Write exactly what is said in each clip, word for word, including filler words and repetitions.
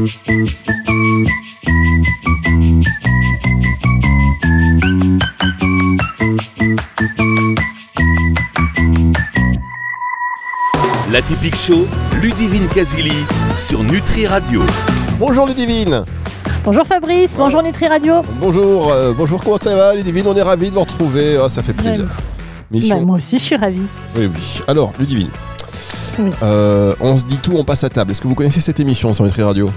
La Typique Show, Ludivine Kazili sur Nutri Radio. Bonjour Ludivine. Bonjour Fabrice, bonjour Nutri Radio. Bonjour, euh, bonjour, comment ça va Ludivine? On est ravis de vous retrouver, oh, ça fait plaisir. Ouais. Mission... Bah, moi aussi je suis ravie. Oui, oui. Alors Ludivine, oui. euh, on se dit tout, on passe à table. Est-ce que vous connaissez cette émission sur Nutri Radio?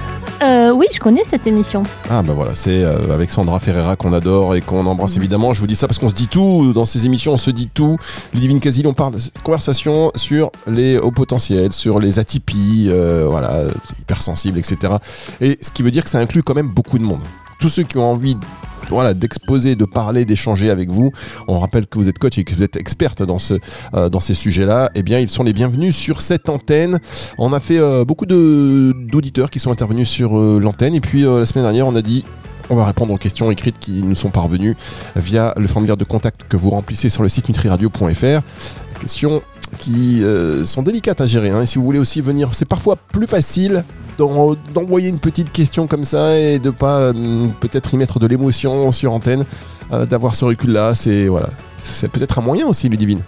Euh, oui, je connais cette émission. Ah bah voilà, c'est euh, avec Sandra Ferreira qu'on adore et qu'on embrasse évidemment. Je vous dis ça parce qu'on se dit tout, dans ces émissions on se dit tout. Ludivine Kazili, on parle de cette conversation sur les hauts potentiels, sur les atypies, euh, voilà, hypersensibles, et cetera. Et ce qui veut dire que ça inclut quand même beaucoup de monde. Tous ceux qui ont envie de Voilà, d'exposer, de parler, d'échanger avec vous. On rappelle que vous êtes coach et que vous êtes experte dans, ce, euh, dans ces sujets-là. Eh bien, ils sont les bienvenus sur cette antenne. On a fait euh, beaucoup de, d'auditeurs qui sont intervenus sur euh, l'antenne. Et puis, euh, la semaine dernière, on a dit... On va répondre aux questions écrites qui nous sont parvenues via le formulaire de contact que vous remplissez sur le site nutri radio point f r. Des questions qui euh, sont délicates à gérer. Hein. Et si vous voulez aussi venir, c'est parfois plus facile d'en, d'envoyer une petite question comme ça et de pas euh, peut-être y mettre de l'émotion sur antenne, euh, d'avoir ce recul-là. C'est, voilà. C'est peut-être un moyen aussi, Ludivine.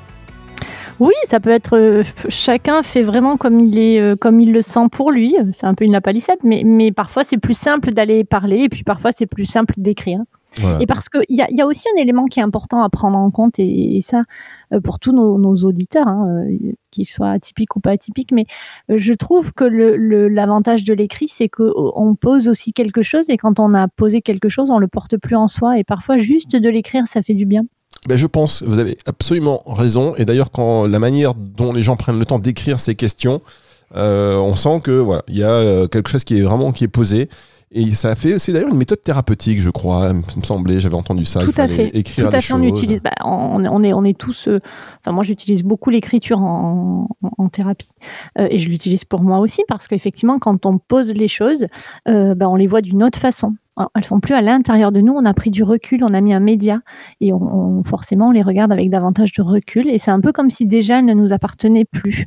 Oui, ça peut être... Euh, chacun fait vraiment comme il, est, euh, comme il le sent pour lui. C'est un peu une lapalissade, mais, mais parfois c'est plus simple d'aller parler et puis parfois c'est plus simple d'écrire. Voilà. Et parce qu'il y a, y a aussi un élément qui est important à prendre en compte, et, et ça, euh, pour tous nos, nos auditeurs, hein, euh, qu'ils soient atypiques ou pas atypiques, mais euh, je trouve que le, le, l'avantage de l'écrit, c'est qu'on pose aussi quelque chose, et quand on a posé quelque chose, on ne le porte plus en soi, et parfois juste de l'écrire, ça fait du bien. Ben je pense, vous avez absolument raison. Et d'ailleurs, quand la manière dont les gens prennent le temps d'écrire ces questions, euh, on sent que voilà, il y a quelque chose qui est vraiment qui est posé. Et ça fait, c'est d'ailleurs une méthode thérapeutique, je crois. Il me semblait, j'avais entendu ça. Tout il à fallait fait. écrire Tout à des fait. choses. On utilise. Bah, on, on est, on est tous. Euh, enfin, moi, j'utilise beaucoup l'écriture en, en, en thérapie, euh, et je l'utilise pour moi aussi parce qu'effectivement, quand on pose les choses, euh, bah, on les voit d'une autre façon. Elles sont plus à l'intérieur de nous, on a pris du recul, on a mis un média et on, on, forcément on les regarde avec davantage de recul, et c'est un peu comme si déjà elles ne nous appartenaient plus.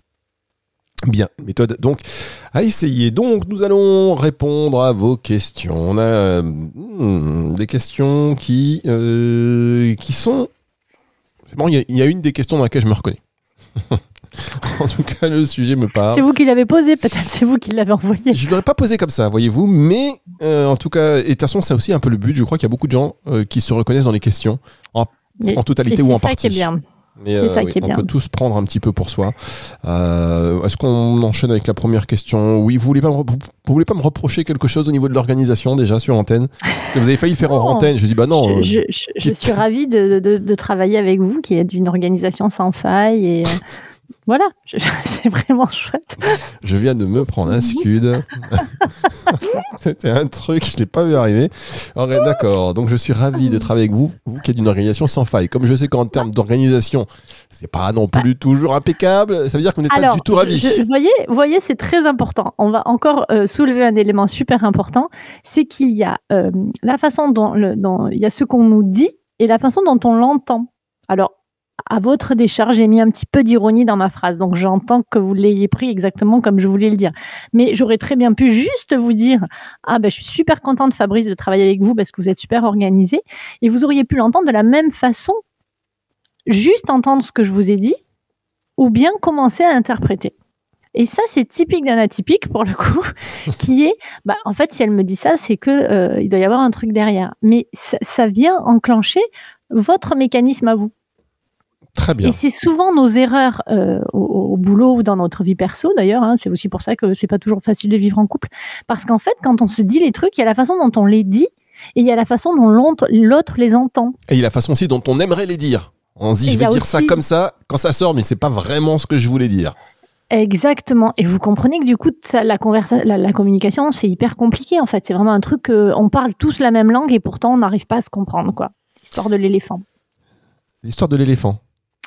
Bien, méthode donc à essayer. Donc nous allons répondre à vos questions. On a hmm, des questions qui, euh, qui sont... C'est bon, il y, y a une des questions dans laquelle je me reconnais. En tout cas, le sujet me parle. C'est vous qui l'avez posé, peut-être, c'est vous qui l'avez envoyé. Je ne l'aurais pas posé comme ça, voyez-vous, mais euh, en tout cas, et de toute façon, c'est aussi un peu le but. Je crois qu'il y a beaucoup de gens euh, qui se reconnaissent dans les questions, en, et, en totalité ou en partie. C'est ça qui est bien. Mais c'est euh, ça oui, qui est on bien. peut tous prendre un petit peu pour soi. Euh, est-ce qu'on enchaîne avec la première question? Oui, vous voulez pas me, vous, vous voulez pas me reprocher quelque chose au niveau de l'organisation déjà sur l'antenne? Vous avez failli le faire en antenne. Je dis bah non. Je, je, je, je suis ravie de, de, de travailler avec vous, qui est d'une organisation sans faille, et voilà, je, c'est vraiment chouette. Je viens de me prendre un scud. C'était un truc, je ne l'ai pas vu arriver. Alors, d'accord, donc je suis ravi de travailler avec vous, vous qui êtes d'une organisation sans faille. Comme je sais qu'en termes d'organisation, c'est pas non plus toujours impeccable, ça veut dire qu'on n'est pas du tout ravis. Vous voyez, voyez, c'est très important. On va encore euh, soulever un élément super important, c'est qu'il y a euh, la façon dont, le, dont il y a ce qu'on nous dit et la façon dont on l'entend. Alors, à votre décharge, j'ai mis un petit peu d'ironie dans ma phrase, donc j'entends que vous l'ayez pris exactement comme je voulais le dire. Mais j'aurais très bien pu juste vous dire « Ah ben, je suis super contente, Fabrice, de travailler avec vous parce que vous êtes super organisé. » Et vous auriez pu l'entendre de la même façon, juste entendre ce que je vous ai dit, ou bien commencer à interpréter. Et ça, c'est typique d'un atypique, pour le coup, qui est, bah, en fait, si elle me dit ça, c'est que euh, il doit y avoir un truc derrière. Mais ça, ça vient enclencher votre mécanisme à vous. Très bien. Et c'est souvent nos erreurs euh, au, au boulot ou dans notre vie perso, d'ailleurs. Hein, c'est aussi pour ça que c'est pas toujours facile de vivre en couple. Parce qu'en fait, quand on se dit les trucs, il y a la façon dont on les dit et il y a la façon dont l'autre, l'autre les entend. Et il y a la façon aussi dont on aimerait les dire. On se dit, et je vais dire aussi... ça comme ça, quand ça sort, mais c'est pas vraiment ce que je voulais dire. Exactement. Et vous comprenez que du coup, ça, la, conversa- la, la communication, c'est hyper compliqué, en fait. C'est vraiment un truc qu'on parle tous la même langue et pourtant, on n'arrive pas à se comprendre, quoi. L'histoire de l'éléphant. L'histoire de l'éléphant.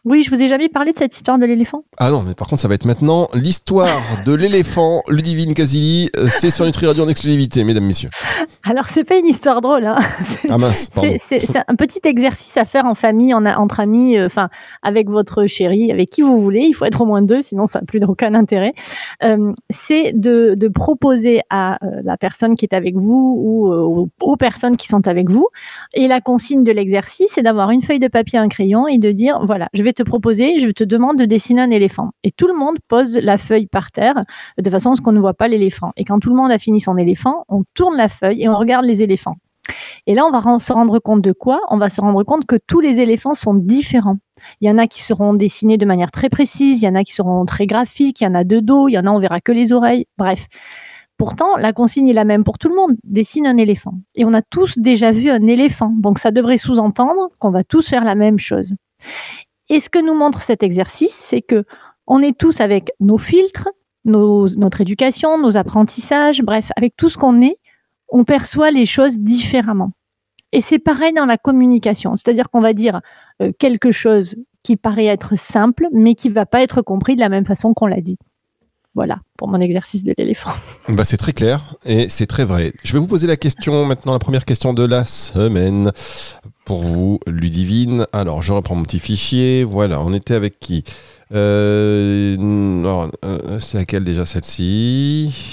Oui, je vous ai jamais parlé de cette histoire de l'éléphant. Ah non, mais par contre, ça va être maintenant l'histoire de l'éléphant. Ludivine Casili, c'est sur Nutri Radio en exclusivité, mesdames, messieurs. Alors, c'est pas une histoire drôle. Hein. C'est, ah mince, pardon. C'est, c'est, c'est un petit exercice à faire en famille, en, entre amis, enfin, euh, avec votre chéri, avec qui vous voulez. Il faut être au moins deux, sinon ça n'a plus aucun intérêt. Euh, c'est de, de proposer à euh, la personne qui est avec vous ou euh, aux, aux personnes qui sont avec vous. Et la consigne de l'exercice, c'est d'avoir une feuille de papier, un crayon et de dire, voilà, je vais te proposer, je te demande de dessiner un éléphant. Et tout le monde pose la feuille par terre, de façon à ce qu'on ne voit pas l'éléphant. Et quand tout le monde a fini son éléphant, on tourne la feuille et on regarde les éléphants. Et là, on va se rendre compte de quoi ? On va se rendre compte que tous les éléphants sont différents. Il y en a qui seront dessinés de manière très précise, il y en a qui seront très graphiques, il y en a de dos, il y en a on verra que les oreilles, bref. Pourtant, la consigne est la même pour tout le monde. Dessine un éléphant. Et on a tous déjà vu un éléphant. Donc, ça devrait sous-entendre qu'on va tous faire la même chose. Et ce que nous montre cet exercice, c'est que on est tous avec nos filtres, nos, notre éducation, nos apprentissages, bref, avec tout ce qu'on est, on perçoit les choses différemment. Et c'est pareil dans la communication. C'est-à-dire qu'on va dire euh, quelque chose qui paraît être simple, mais qui ne va pas être compris de la même façon qu'on l'a dit. Voilà, pour mon exercice de l'éléphant. Bah c'est très clair et c'est très vrai. Je vais vous poser la question maintenant, la première question de la semaine. Pour vous, Ludivine. Alors, je reprends mon petit fichier. Voilà, on était avec qui euh, alors, euh, c'est laquelle déjà, celle-ci ?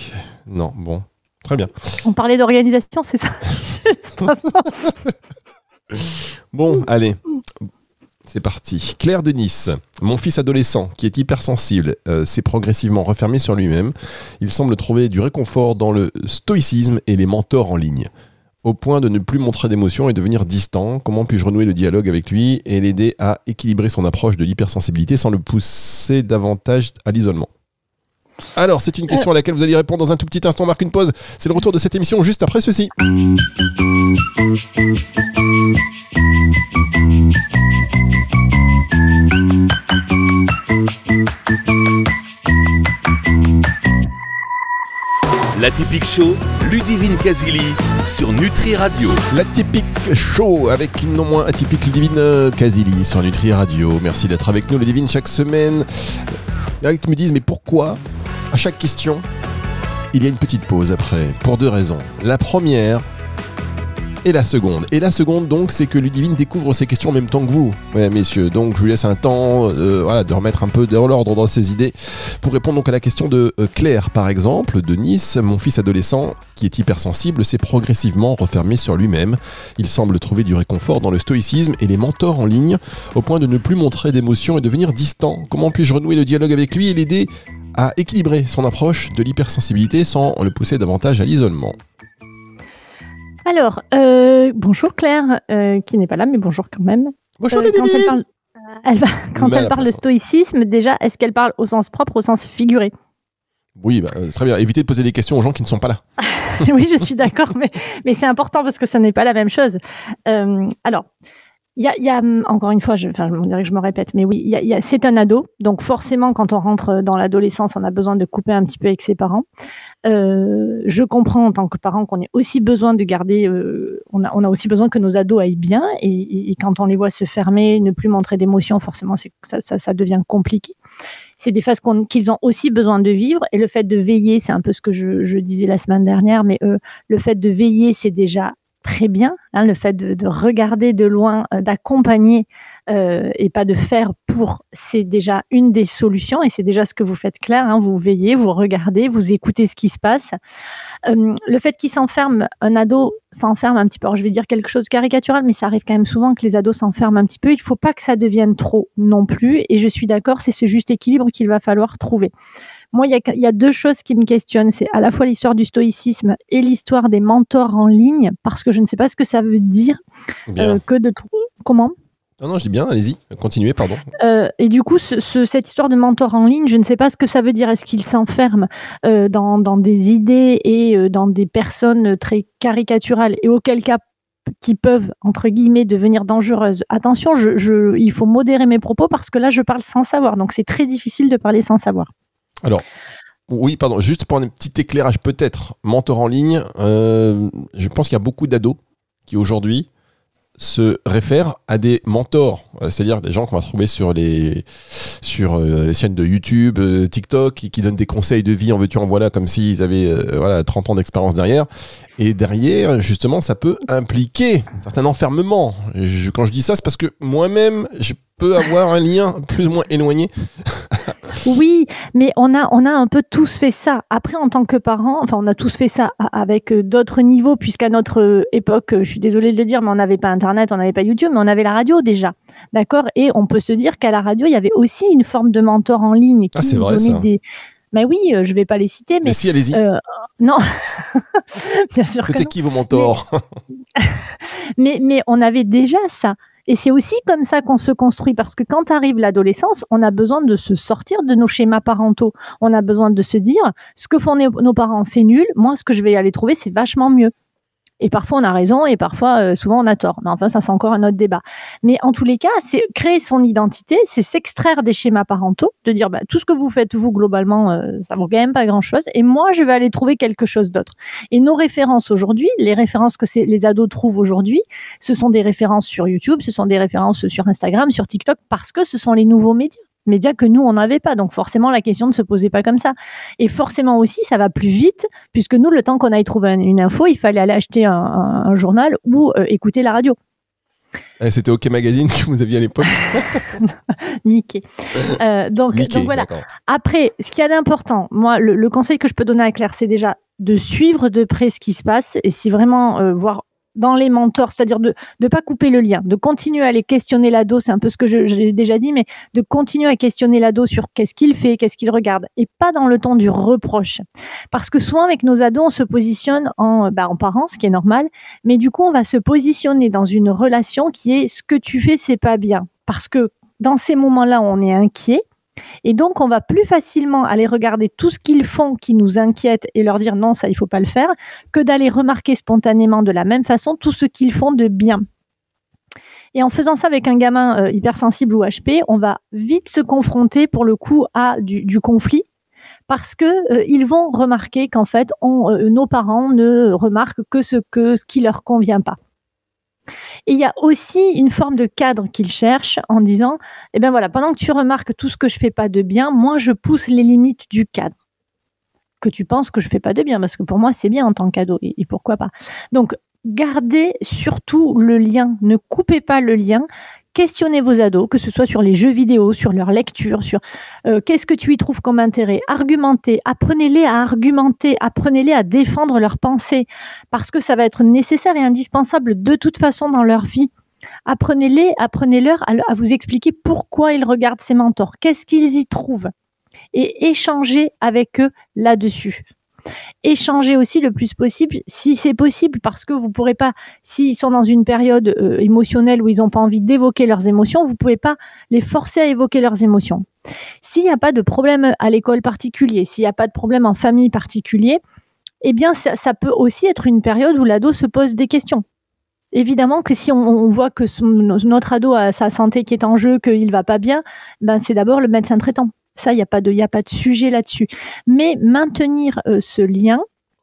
Non, bon, très bien. On parlait d'organisation, c'est ça ? Bon, allez. C'est parti. Claire de Nice. Mon fils adolescent, qui est hypersensible, euh, s'est progressivement refermé sur lui-même. Il semble trouver du réconfort dans le stoïcisme et les mentors en ligne. Au point de ne plus montrer d'émotion et devenir distant. Comment puis-je renouer le dialogue avec lui et l'aider à équilibrer son approche de l'hypersensibilité sans le pousser davantage à l'isolement ? Alors, c'est une question à laquelle vous allez répondre dans un tout petit instant. On marque une pause. C'est le retour de cette émission juste après ceci. L'Atypique Show, Ludivine Casili sur Nutri Radio. L'Atypique Show avec une non moins atypique Ludivine Casili sur Nutri Radio. Merci d'être avec nous, Ludivine, chaque semaine. Il y en a qui me disent, mais pourquoi à chaque question, il y a une petite pause après ? Pour deux raisons. La première et la seconde. Et la seconde, donc, c'est que Ludivine découvre ces questions en même temps que vous, ouais, messieurs. Donc, je lui laisse un temps euh, voilà, de remettre un peu de l'ordre dans ses idées pour répondre donc à la question de euh, Claire, par exemple, de Nice. Mon fils adolescent, qui est hypersensible, s'est progressivement refermé sur lui-même. Il semble trouver du réconfort dans le stoïcisme et les mentors en ligne, au point de ne plus montrer d'émotion et devenir distant. Comment puis-je renouer le dialogue avec lui et l'aider à équilibrer son approche de l'hypersensibilité sans le pousser davantage à l'isolement ? Alors, euh, bonjour Claire, euh, qui n'est pas là, mais bonjour quand même. Bonjour euh, Ludivine. Quand elle parle, elle va, quand elle parle de stoïcisme, déjà, est-ce qu'elle parle au sens propre, au sens figuré ? Oui, bah, euh, très bien. Évitez de poser des questions aux gens qui ne sont pas là. Oui, je suis d'accord, mais, mais c'est important parce que ça n'est pas la même chose. Euh, alors, il y a, y a, encore une fois, je, enfin, on dirait que je me répète, mais oui, y a, y a, c'est un ado. Donc forcément, quand on rentre dans l'adolescence, on a besoin de couper un petit peu avec ses parents. Euh, je comprends en tant que parent qu'on ait aussi besoin de garder, euh, on, a, on a aussi besoin que nos ados aillent bien. Et, et, et quand on les voit se fermer, ne plus montrer d'émotion, forcément, c'est, ça, ça, ça devient compliqué. C'est des phases qu'on, qu'ils ont aussi besoin de vivre. Et le fait de veiller, c'est un peu ce que je, je disais la semaine dernière, mais euh, le fait de veiller, c'est déjà très bien, hein, le fait de, de regarder de loin, euh, d'accompagner euh, et pas de faire pour, c'est déjà une des solutions et c'est déjà ce que vous faites, Claire, hein, vous veillez, vous regardez, vous écoutez ce qui se passe. Euh, le fait qu'il s'enferme, un ado s'enferme un petit peu, alors je vais dire quelque chose de caricatural, mais ça arrive quand même souvent que les ados s'enferment un petit peu, il faut pas que ça devienne trop non plus et je suis d'accord, c'est ce juste équilibre qu'il va falloir trouver. Moi, il y a, il y a deux choses qui me questionnent. C'est à la fois l'histoire du stoïcisme et l'histoire des mentors en ligne, parce que je ne sais pas ce que ça veut dire euh, que de trouver. Comment ? Non, non, je dis bien, allez-y, continuez, pardon. Euh, et du coup, ce, ce, cette histoire de mentor en ligne, je ne sais pas ce que ça veut dire. Est-ce qu'il s'enferme euh, dans, dans des idées et euh, dans des personnes très caricaturales et auquel cas qui peuvent, entre guillemets, devenir dangereuses. Attention, je, je, il faut modérer mes propos parce que là, je parle sans savoir. Donc, c'est très difficile de parler sans savoir. Alors, oui, pardon, juste pour un petit éclairage peut-être, mentor en ligne, euh, je pense qu'il y a beaucoup d'ados qui aujourd'hui se réfèrent à des mentors, c'est-à-dire des gens qu'on va trouver sur les, sur euh, les chaînes de YouTube, euh, TikTok, qui, qui donnent des conseils de vie en veux-tu en voilà, comme s'ils avaient euh, voilà, trente ans d'expérience derrière. Et derrière, justement, ça peut impliquer un certain enfermement. Je, quand je dis ça, c'est parce que moi-même, je peux avoir un lien plus ou moins éloigné. Oui, mais on a, on a un peu tous fait ça. Après, en tant que parents, enfin, on a tous fait ça avec d'autres niveaux, puisqu'à notre époque, je suis désolée de le dire, mais on n'avait pas Internet, on n'avait pas YouTube, mais on avait la radio déjà. D'accord ? Et on peut se dire qu'à la radio, il y avait aussi une forme de mentor en ligne qui ah, c'est nous vrai, donnait ça. des... Mais oui, je ne vais pas les citer, mais... Mais si, allez-y. Euh, non, bien sûr que C'était non. qui vos mentors ? mais, mais, mais on avait déjà ça. Et c'est aussi comme ça qu'on se construit, parce que quand arrive l'adolescence, on a besoin de se sortir de nos schémas parentaux. On a besoin de se dire, ce que font nos parents, c'est nul. Moi, ce que je vais aller trouver, c'est vachement mieux. Et parfois, on a raison et parfois, euh, souvent, on a tort. Mais enfin, ça, c'est encore un autre débat. Mais en tous les cas, c'est créer son identité, c'est s'extraire des schémas parentaux, de dire, bah, tout ce que vous faites, vous, globalement, euh, ça vaut quand même pas grand-chose. Et moi, je vais aller trouver quelque chose d'autre. Et nos références aujourd'hui, les références que c'est, les ados trouvent aujourd'hui, ce sont des références sur YouTube, ce sont des références sur Instagram, sur TikTok, parce que ce sont les nouveaux médias. Médias que nous, on n'avait pas. Donc forcément, la question ne se posait pas comme ça. Et forcément aussi, ça va plus vite, puisque nous, le temps qu'on aille trouver une info, il fallait aller acheter un, un, un journal ou euh, écouter la radio. Eh, c'était OK Magazine que vous aviez à l'époque. Mickey. Euh, donc, Mickey, donc voilà. d'accord. Après, ce qu'il y a d'important, moi, le, le conseil que je peux donner à Claire, c'est déjà de suivre de près ce qui se passe. Et si vraiment, euh, voir dans les mentors, c'est-à-dire de ne pas couper le lien, de continuer à aller questionner l'ado, c'est un peu ce que je, j'ai déjà dit, mais de continuer à questionner l'ado sur qu'est-ce qu'il fait, qu'est-ce qu'il regarde, et pas dans le ton du reproche. Parce que souvent, avec nos ados, on se positionne en, bah, en parents, ce qui est normal, mais du coup, on va se positionner dans une relation qui est « ce que tu fais, c'est pas bien ». Parce que dans ces moments-là, on est inquiet, et donc, on va plus facilement aller regarder tout ce qu'ils font qui nous inquiète et leur dire non, ça, il faut pas le faire, que d'aller remarquer spontanément de la même façon tout ce qu'ils font de bien. Et en faisant ça avec un gamin euh, hypersensible ou H P, on va vite se confronter pour le coup à du, du conflit, parce que euh, ils vont remarquer qu'en fait, on, euh, nos parents ne remarquent que ce que ce qui leur convient pas. Et il y a aussi une forme de cadre qu'ils cherchent en disant, eh ben voilà, pendant que tu remarques tout ce que je fais pas de bien, moi je pousse les limites du cadre. Que tu penses que je fais pas de bien, parce que pour moi c'est bien en tant qu'ado, et, et pourquoi pas. Donc gardez surtout le lien, ne coupez pas le lien. Questionnez vos ados, que ce soit sur les jeux vidéo, sur leur lecture, sur euh, qu'est-ce que tu y trouves comme intérêt. Argumentez, apprenez-les à argumenter, apprenez-les à défendre leurs pensées, parce que ça va être nécessaire et indispensable de toute façon dans leur vie. Apprenez-les, apprenez-leur à, à vous expliquer pourquoi ils regardent ces mentors, qu'est-ce qu'ils y trouvent, et échangez avec eux là-dessus. Échanger aussi le plus possible, si c'est possible, parce que vous pourrez pas, s'ils sont dans une période euh, émotionnelle où ils n'ont pas envie d'évoquer leurs émotions, vous pouvez pas les forcer à évoquer leurs émotions. S'il n'y a pas de problème à l'école particulier, s'il n'y a pas de problème en famille particulier, eh bien ça, ça peut aussi être une période où l'ado se pose des questions. Évidemment que si on, on voit que son, notre ado a sa santé qui est en jeu, qu'il va pas bien, ben c'est d'abord le médecin traitant. Ça, il n'y a pas de, il y a pas de sujet là-dessus. Mais maintenir euh, ce lien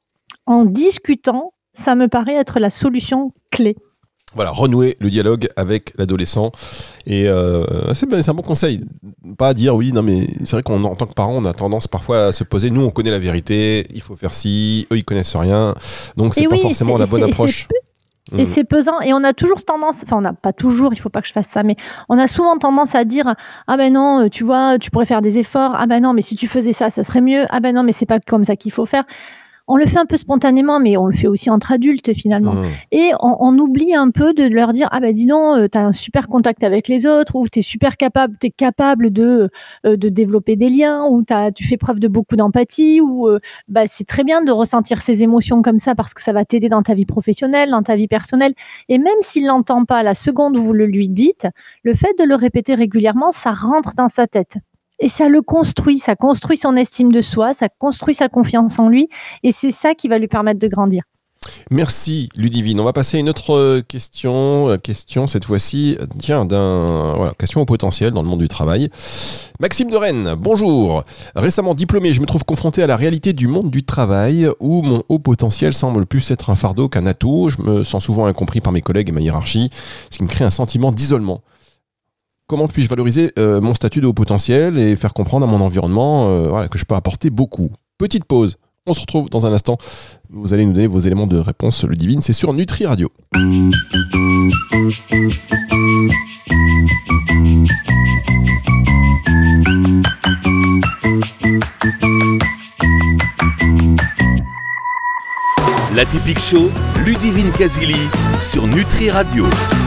en discutant, ça me paraît être la solution clé. Voilà, renouer le dialogue avec l'adolescent. Et euh, c'est, c'est un bon conseil. Pas dire oui, non, mais c'est vrai qu'en tant que parent, on a tendance parfois à se poser. Nous, on connaît la vérité, il faut faire ci, eux, ils connaissent rien. Donc, c'est et pas oui, forcément c'est, la bonne c'est, approche. C'est... Et c'est pesant, et on a toujours tendance, enfin on n'a pas toujours, il faut pas que je fasse ça, mais on a souvent tendance à dire ah ben non, tu vois, tu pourrais faire des efforts, ah ben non, mais si tu faisais ça, ça serait mieux, ah ben non, mais c'est pas comme ça qu'il faut faire. On le fait un peu spontanément, mais on le fait aussi entre adultes finalement. Mmh. Et on, on oublie un peu de leur dire ah ben dis donc, t'as un super contact avec les autres, ou t'es super capable, t'es capable de euh, de développer des liens, ou t'as tu fais preuve de beaucoup d'empathie, ou euh, bah c'est très bien de ressentir ces émotions comme ça parce que ça va t'aider dans ta vie professionnelle, dans ta vie personnelle. Et même s'il l'entend pas la seconde où vous le lui dites, le fait de le répéter régulièrement, ça rentre dans sa tête. Et ça le construit, ça construit son estime de soi, ça construit sa confiance en lui, et c'est ça qui va lui permettre de grandir. Merci Ludivine. On va passer à une autre question. Question cette fois-ci, tiens, d'un voilà, question au potentiel dans le monde du travail. Maxime de Rennes, bonjour. Récemment diplômé, je me trouve confronté à la réalité du monde du travail où mon haut potentiel semble plus être un fardeau qu'un atout. Je me sens souvent incompris par mes collègues et ma hiérarchie, ce qui me crée un sentiment d'isolement. Comment puis-je valoriser euh, mon statut de haut potentiel et faire comprendre à mon environnement euh, voilà, que je peux apporter beaucoup? Petite pause. On se retrouve dans un instant. Vous allez nous donner vos éléments de réponse, Ludivine. C'est sur Nutri Radio. La Typique Show, Ludivine Kazili sur Nutri Radio.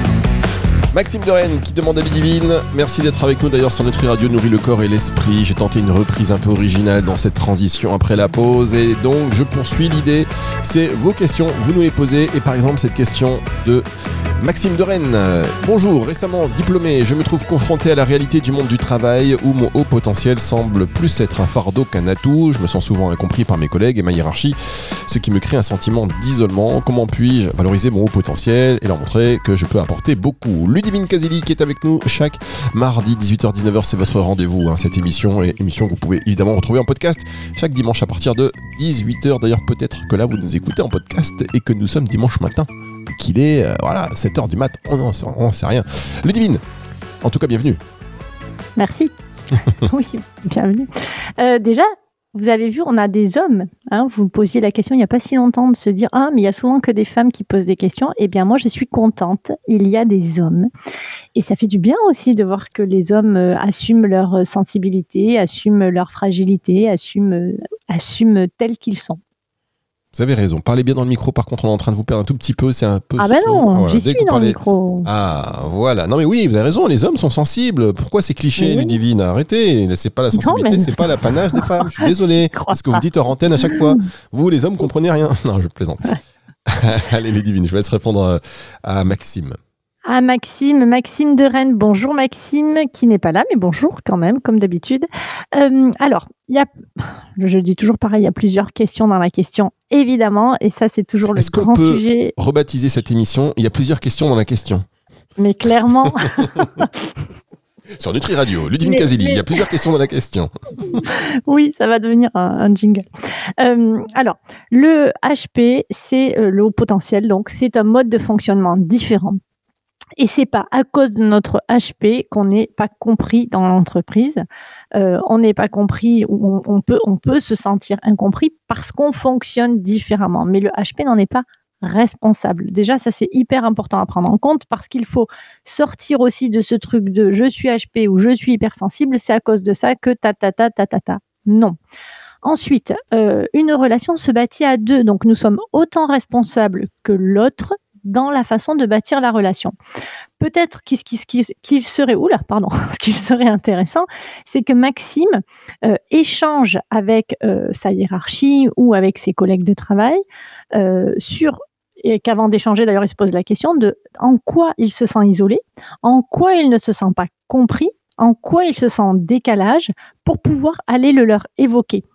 Maxime de Rennes qui demande à Ludivine, merci d'être avec nous d'ailleurs sur Nutri Radio, nourrit le corps et l'esprit. J'ai tenté une reprise un peu originale dans cette transition après la pause et donc je poursuis l'idée, c'est vos questions, vous nous les posez et par exemple cette question de Maxime de Rennes. Bonjour, récemment diplômé, je me trouve confronté à la réalité du monde du travail où mon haut potentiel semble plus être un fardeau qu'un atout. Je me sens souvent incompris par mes collègues et ma hiérarchie, ce qui me crée un sentiment d'isolement. Comment puis-je valoriser mon haut potentiel et leur montrer que je peux apporter beaucoup? Ludivine Kazili qui est avec nous chaque mardi dix-huit heures dix-neuf heures, c'est votre rendez-vous, hein, cette émission, et émission que vous pouvez évidemment retrouver en podcast chaque dimanche à partir de dix-huit heures. D'ailleurs, peut-être que là vous nous écoutez en podcast et que nous sommes dimanche matin, qu'il est euh, voilà sept heures du mat. Oh non, on sait rien. Ludivine, en tout cas, bienvenue. Merci. Oui, bienvenue. Euh, déjà, vous avez vu, on a des hommes. Hein, vous me posiez la question il n'y a pas si longtemps de se dire « Ah, mais il y a souvent que des femmes qui posent des questions. » Eh bien, moi, je suis contente. Il y a des hommes. Et ça fait du bien aussi de voir que les hommes euh, assument leur sensibilité, assument leur fragilité, assument, euh, assument tels qu'ils sont. Vous avez raison. Parlez bien dans le micro. Par contre, on est en train de vous perdre un tout petit peu. C'est un peu. Ah ben non, ah, voilà. j'y suis dans parlez... le micro. Ah voilà. Non mais oui, vous avez raison. Les hommes sont sensibles. Pourquoi ces clichés, oui. Ludivine? Arrêtez. C'est pas la sensibilité, non, mais... c'est pas l'apanage des femmes. Je suis désolé. C'est ce que vous dites hors antenne à chaque fois. Vous, les hommes, comprenez rien. Non, je plaisante. Allez, Ludivine, je vous laisse répondre à Maxime. Ah, Maxime, Maxime de Rennes. Bonjour Maxime, qui n'est pas là, mais bonjour quand même, comme d'habitude. Euh, alors, il y a, je dis toujours pareil, il y a plusieurs questions dans la question, évidemment, et ça, c'est toujours le Est-ce grand qu'on peut sujet. Rebaptiser cette émission, il y a plusieurs questions dans la question. Mais clairement. Sur Nutri Radio, Ludivine Kazili, mais... il y a plusieurs questions dans la question. Oui, ça va devenir un, un jingle. Euh, alors, le H P, c'est euh, le haut potentiel, donc c'est un mode de fonctionnement différent. Et c'est pas à cause de notre H P qu'on n'est pas compris dans l'entreprise. Euh, on n'est pas compris ou on, on peut on peut se sentir incompris parce qu'on fonctionne différemment. Mais le H P n'en est pas responsable. Déjà, ça c'est hyper important à prendre en compte parce qu'il faut sortir aussi de ce truc de je suis H P ou je suis hypersensible. C'est à cause de ça que ta ta ta ta ta ta. Non. Ensuite, euh, une relation se bâtit à deux. Donc nous sommes autant responsables que l'autre dans la façon de bâtir la relation. Peut-être qu'il, qu'il, qu'il, qu'il serait, oula, pardon, ce qu'il serait intéressant, c'est que Maxime euh, échange avec euh, sa hiérarchie ou avec ses collègues de travail euh, sur, et qu'avant d'échanger, d'ailleurs, il se pose la question de en quoi il se sent isolé, en quoi il ne se sent pas compris, en quoi il se sent en décalage, pour pouvoir aller le leur évoquer.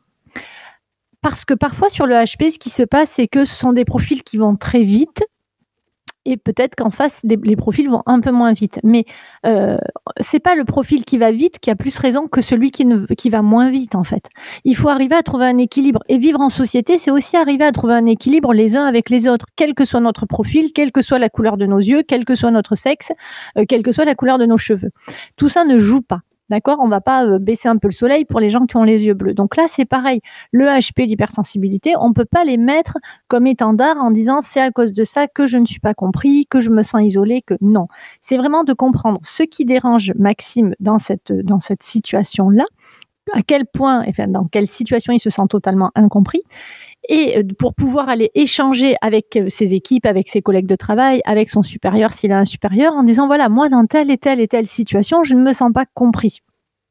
Parce que parfois, sur le H P, ce qui se passe, c'est que ce sont des profils qui vont très vite, et peut-être qu'en face, des, les profils vont un peu moins vite. Mais euh, c'est pas le profil qui va vite qui a plus raison que celui qui, ne, qui va moins vite, en fait. Il faut arriver à trouver un équilibre. Et vivre en société, c'est aussi arriver à trouver un équilibre les uns avec les autres, quel que soit notre profil, quelle que soit la couleur de nos yeux, quel que soit notre sexe, euh, quelle que soit la couleur de nos cheveux. Tout ça ne joue pas. D'accord, on va pas euh, baisser un peu le soleil pour les gens qui ont les yeux bleus. Donc là, c'est pareil. Le H P, l'hypersensibilité, on peut pas les mettre comme étendard en disant c'est à cause de ça que je ne suis pas compris, que je me sens isolé, que non. C'est vraiment de comprendre ce qui dérange Maxime dans cette dans cette situation-là, à quel point, enfin, dans quelle situation il se sent totalement incompris. Et pour pouvoir aller échanger avec ses équipes, avec ses collègues de travail, avec son supérieur s'il a un supérieur, en disant voilà, moi dans telle et telle et telle situation, je ne me sens pas compris.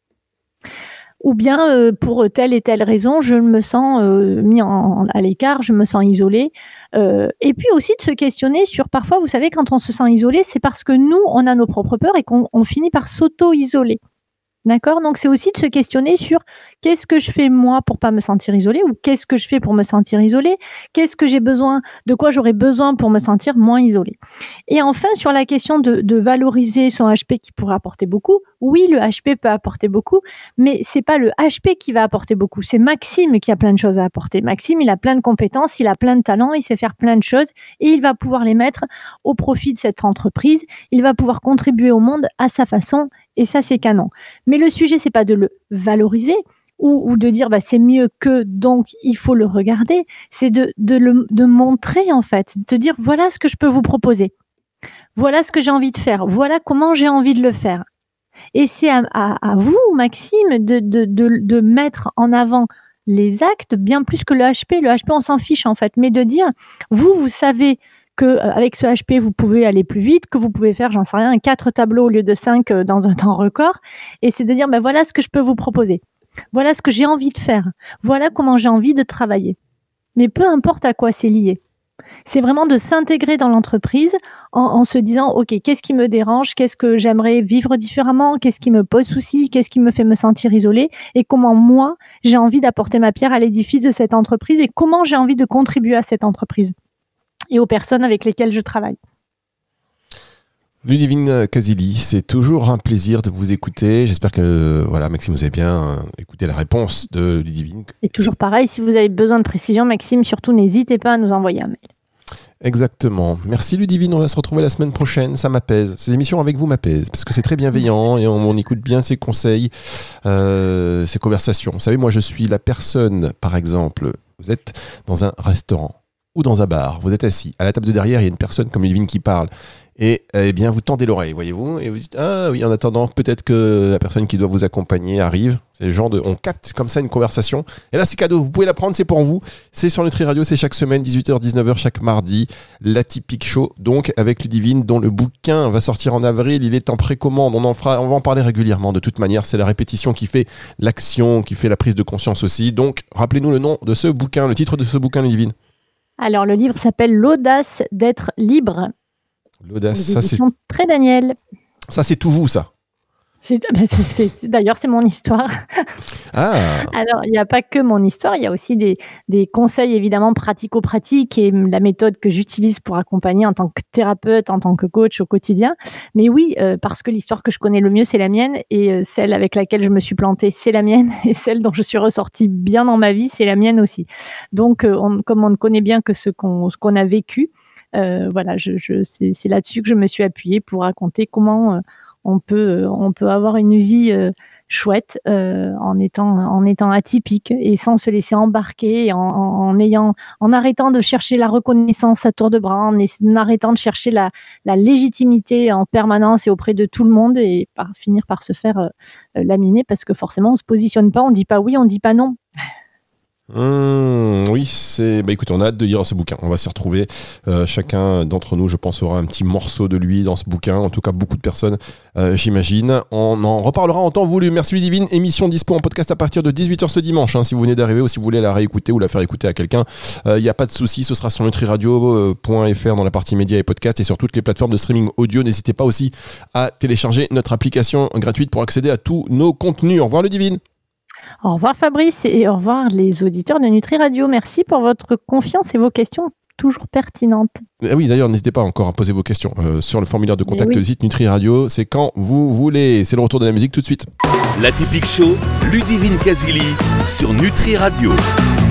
Ou bien euh, pour telle et telle raison, je me sens euh, mis en, à l'écart, je me sens isolé. Euh, et puis aussi de se questionner sur parfois, vous savez, quand on se sent isolé, c'est parce que nous, on a nos propres peurs et qu'on on finit par s'auto-isoler. D'accord ? Donc, c'est aussi de se questionner sur qu'est-ce que je fais moi pour pas me sentir isolée ou qu'est-ce que je fais pour me sentir isolée ? Qu'est-ce que j'ai besoin, de quoi j'aurais besoin pour me sentir moins isolée ? Et enfin, sur la question de, de valoriser son H P qui pourrait apporter beaucoup, oui, le H P peut apporter beaucoup, mais c'est pas le H P qui va apporter beaucoup, c'est Maxime qui a plein de choses à apporter. Maxime, il a plein de compétences, il a plein de talents, il sait faire plein de choses et il va pouvoir les mettre au profit de cette entreprise. Il va pouvoir contribuer au monde à sa façon et ça, c'est canon. Mais le sujet, c'est pas de le valoriser ou, ou de dire bah, c'est mieux que, donc il faut le regarder. C'est de, de, le, de montrer, en fait, de te dire voilà ce que je peux vous proposer. Voilà ce que j'ai envie de faire. Voilà comment j'ai envie de le faire. Et c'est à, à, à vous, Maxime, de, de, de, de mettre en avant les actes bien plus que le H P. Le H P, on s'en fiche, en fait. Mais de dire, vous, vous savez que avec ce H P, vous pouvez aller plus vite, que vous pouvez faire, j'en sais rien, quatre tableaux au lieu de cinq dans un temps record. Et c'est de dire, ben voilà ce que je peux vous proposer. Voilà ce que j'ai envie de faire. Voilà comment j'ai envie de travailler. Mais peu importe à quoi c'est lié. C'est vraiment de s'intégrer dans l'entreprise en, en se disant, OK, qu'est-ce qui me dérange? Qu'est-ce que j'aimerais vivre différemment? Qu'est-ce qui me pose souci? Qu'est-ce qui me fait me sentir isolée? Et comment moi, j'ai envie d'apporter ma pierre à l'édifice de cette entreprise et comment j'ai envie de contribuer à cette entreprise et aux personnes avec lesquelles je travaille. Ludivine Casili, c'est toujours un plaisir de vous écouter. J'espère que, voilà, Maxime, vous avez bien écouté la réponse de Ludivine. Et toujours pareil, si vous avez besoin de précision, Maxime, surtout n'hésitez pas à nous envoyer un mail. Exactement. Merci Ludivine, on va se retrouver la semaine prochaine, ça m'apaise. Ces émissions avec vous m'apaisent, parce que c'est très bienveillant et on, on écoute bien ces conseils, euh, ces conversations. Vous savez, moi je suis la personne, par exemple, vous êtes dans un restaurant ou dans un bar, vous êtes assis, à la table de derrière, il y a une personne comme Ludivine qui parle. Et eh bien, vous tendez l'oreille, voyez-vous, et vous dites ah oui, en attendant peut-être que la personne qui doit vous accompagner arrive. C'est le genre de, on capte comme ça une conversation. Et là, c'est cadeau, vous pouvez la prendre, c'est pour vous. C'est sur Nutri Radio, c'est chaque semaine, dix-huit heures dix-neuf heures chaque mardi, l'Atypique Show. Donc avec Ludivine, dont le bouquin va sortir en avril, il est en précommande. On en fera, on va en parler régulièrement. De toute manière, c'est la répétition qui fait l'action, qui fait la prise de conscience aussi. Donc, rappelez-nous le nom de ce bouquin, le titre de ce bouquin, Ludivine. Alors, le livre s'appelle L'audace d'être libre. L'audace, ça c'est très Daniel. Ça c'est tout vous, ça. C'est, bah c'est, c'est, d'ailleurs, c'est mon histoire. Ah. Alors, il n'y a pas que mon histoire, il y a aussi des, des conseils évidemment pratico-pratiques et la méthode que j'utilise pour accompagner en tant que thérapeute, en tant que coach au quotidien. Mais oui, euh, parce que l'histoire que je connais le mieux, c'est la mienne et euh, celle avec laquelle je me suis plantée, c'est la mienne et celle dont je suis ressortie bien dans ma vie, c'est la mienne aussi. Donc, euh, on, comme on ne connaît bien que ce qu'on, ce qu'on a vécu, Euh, voilà, je, je, c'est, c'est là-dessus que je me suis appuyée pour raconter comment euh, on peut, euh, on peut avoir une vie euh, chouette euh, en étant, en étant atypique et sans se laisser embarquer, en, en, en ayant, en arrêtant de chercher la reconnaissance à tour de bras, en, en arrêtant de chercher la, la légitimité en permanence et auprès de tout le monde et par finir par se faire euh, laminer parce que forcément on se positionne pas, on dit pas oui, on dit pas non. Mmh, oui, c'est. Bah écoutez, on a hâte de lire ce bouquin. On va s'y retrouver. Euh, chacun d'entre nous, je pense, aura un petit morceau de lui dans ce bouquin. En tout cas, beaucoup de personnes, euh, j'imagine. On en reparlera en temps voulu. Merci Ludivine. Émission dispo en podcast à partir de dix-huit heures ce dimanche. Hein, si vous venez d'arriver ou si vous voulez la réécouter ou la faire écouter à quelqu'un, il euh, n'y a pas de souci. Ce sera sur nutri radio point f r dans la partie médias et podcasts et sur toutes les plateformes de streaming audio. N'hésitez pas aussi à télécharger notre application gratuite pour accéder à tous nos contenus. Au revoir Ludivine. Au revoir Fabrice et au revoir les auditeurs de Nutri Radio. Merci pour votre confiance et vos questions toujours pertinentes. Ah oui, d'ailleurs, n'hésitez pas encore à poser vos questions euh, sur le formulaire de contact oui. du site Nutri Radio. C'est quand vous voulez. C'est le retour de la musique tout de suite. L'Atypique Show, Ludivine Casili sur Nutri Radio.